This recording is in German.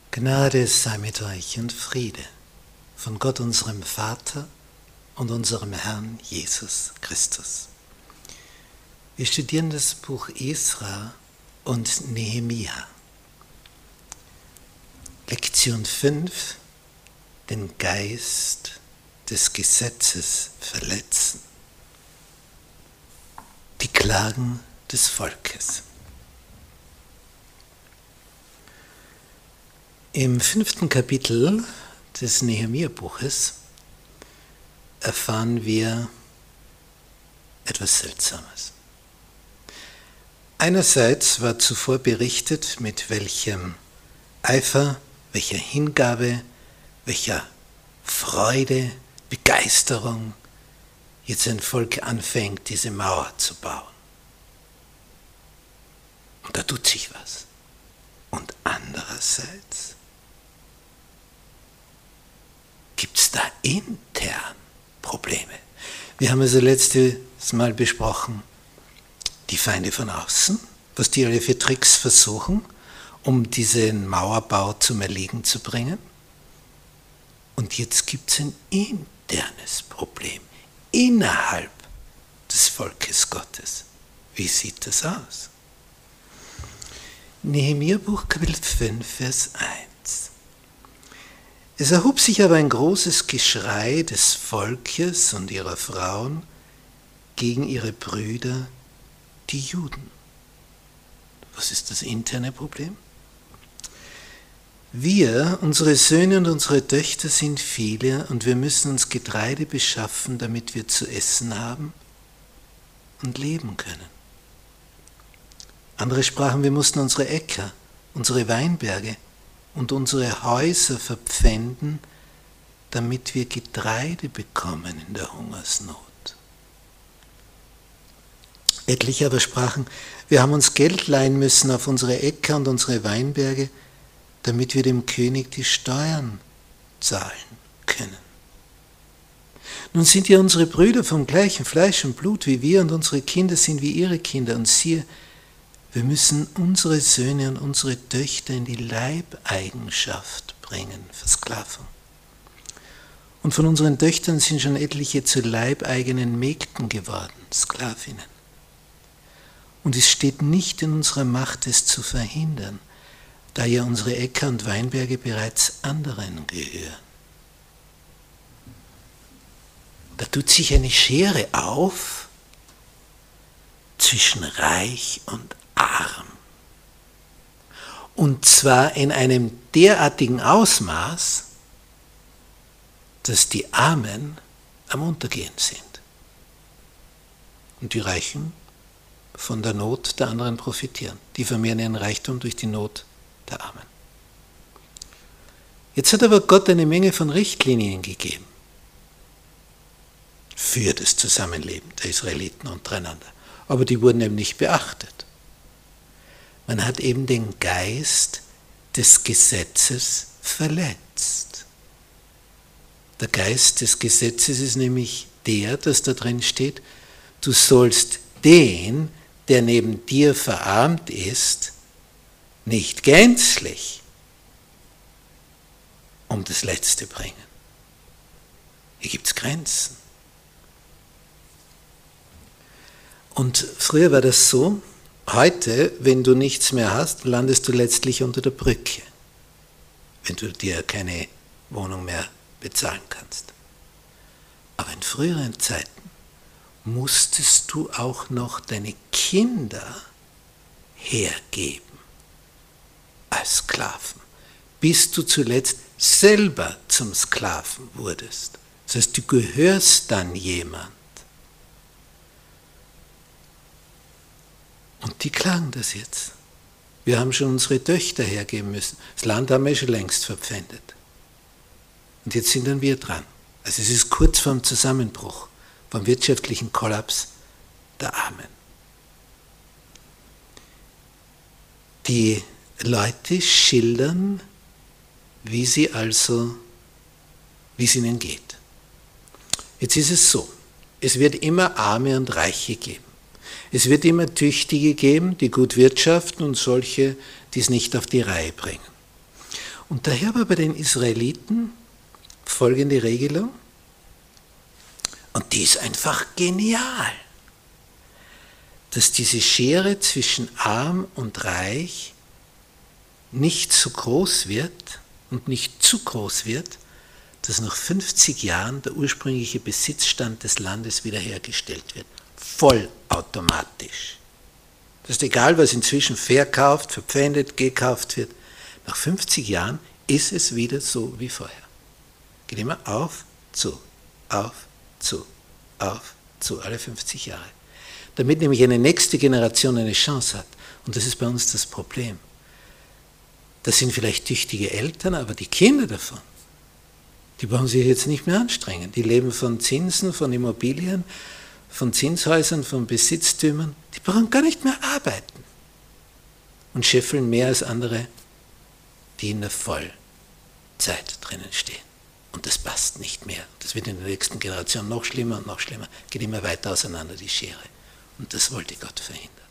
Gnade sei mit euch und Friede von Gott unserem Vater und unserem Herrn Jesus Christus. Wir studieren das Buch Esra und Nehemia. Lektion 5, den Geist des Gesetzes verletzen. Die Klagen des Volkes. Im 5. Kapitel des Nehemia-Buches erfahren wir etwas Seltsames. Einerseits war zuvor berichtet, mit welchem Eifer, welcher Hingabe, welcher Freude, Begeisterung jetzt ein Volk anfängt, diese Mauer zu bauen. Und da tut sich was. Und andererseits gibt es da intern Probleme. Wir haben also letztes Mal besprochen, die Feinde von außen, was die alle für Tricks versuchen, um diesen Mauerbau zum Erliegen zu bringen. Und jetzt gibt es ein internes Problem innerhalb des Volkes Gottes. Wie sieht das aus? Nehemia-Buch, Kapitel 5, Vers 1. Es erhob sich aber ein großes Geschrei des Volkes und ihrer Frauen gegen ihre Brüder, die Juden. Was ist das interne Problem? Wir, unsere Söhne und unsere Töchter sind viele und wir müssen uns Getreide beschaffen, damit wir zu essen haben und leben können. Andere sprachen, wir mussten unsere Äcker, unsere Weinberge und unsere Häuser verpfänden, damit wir Getreide bekommen in der Hungersnot. Etliche aber sprachen, wir haben uns Geld leihen müssen auf unsere Äcker und unsere Weinberge, damit wir dem König die Steuern zahlen können. Nun sind ja unsere Brüder vom gleichen Fleisch und Blut wie wir und unsere Kinder sind wie ihre Kinder und siehe, wir müssen unsere Söhne und unsere Töchter in die Leibeigenschaft bringen, Versklavung. Und von unseren Töchtern sind schon etliche zu leibeigenen Mägden geworden, Sklavinnen. Und es steht nicht in unserer Macht, es zu verhindern, da ja unsere Äcker und Weinberge bereits anderen gehören. Da tut sich eine Schere auf zwischen reich und arm. Und zwar in einem derartigen Ausmaß, dass die Armen am Untergehen sind. Und die Reichen von der Not der anderen profitieren. Die vermehren ihren Reichtum durch die Not der Armen. Jetzt hat aber Gott eine Menge von Richtlinien gegeben für das Zusammenleben der Israeliten untereinander. Aber die wurden eben nicht beachtet. Man hat eben den Geist des Gesetzes verletzt. Der Geist des Gesetzes ist nämlich der, dass da drin steht, du sollst den, der neben dir verarmt ist, nicht gänzlich um das Letzte bringen. Hier gibt es Grenzen. Und früher war das so, heute, wenn du nichts mehr hast, landest du letztlich unter der Brücke, wenn du dir keine Wohnung mehr bezahlen kannst. Aber in früheren Zeiten musstest du auch noch deine Kinder hergeben als Sklaven, bis du zuletzt selber zum Sklaven wurdest. Das heißt, du gehörst dann jemand. Und die klagen das jetzt. Wir haben schon unsere Töchter hergeben müssen. Das Land haben wir schon längst verpfändet. Und jetzt sind dann wir dran. Also es ist kurz vorm Zusammenbruch, vom wirtschaftlichen Kollaps der Armen. Die Leute schildern, wie es ihnen geht. Jetzt ist es so, es wird immer Arme und Reiche geben. Es wird immer Tüchtige geben, die gut wirtschaften und solche, die es nicht auf die Reihe bringen. Und daher war bei den Israeliten folgende Regelung, und die ist einfach genial, dass diese Schere zwischen arm und reich nicht so groß wird und nicht zu groß wird, dass nach 50 Jahren der ursprüngliche Besitzstand des Landes wiederhergestellt wird. Vollautomatisch. Das ist egal, was inzwischen verkauft, verpfändet, gekauft wird. Nach 50 Jahren ist es wieder so wie vorher. Geht immer auf, zu, alle 50 Jahre. Damit nämlich eine nächste Generation eine Chance hat. Und das ist bei uns das Problem. Das sind vielleicht tüchtige Eltern, aber die Kinder davon, die brauchen sich jetzt nicht mehr anstrengen. Die leben von Zinsen, von Immobilien, von Zinshäusern, von Besitztümern. Die brauchen gar nicht mehr arbeiten und scheffeln mehr als andere, die in der Vollzeit drinnen stehen. Und das passt nicht mehr. Das wird in der nächsten Generation noch schlimmer und noch schlimmer. Geht immer weiter auseinander, die Schere. Und das wollte Gott verhindern.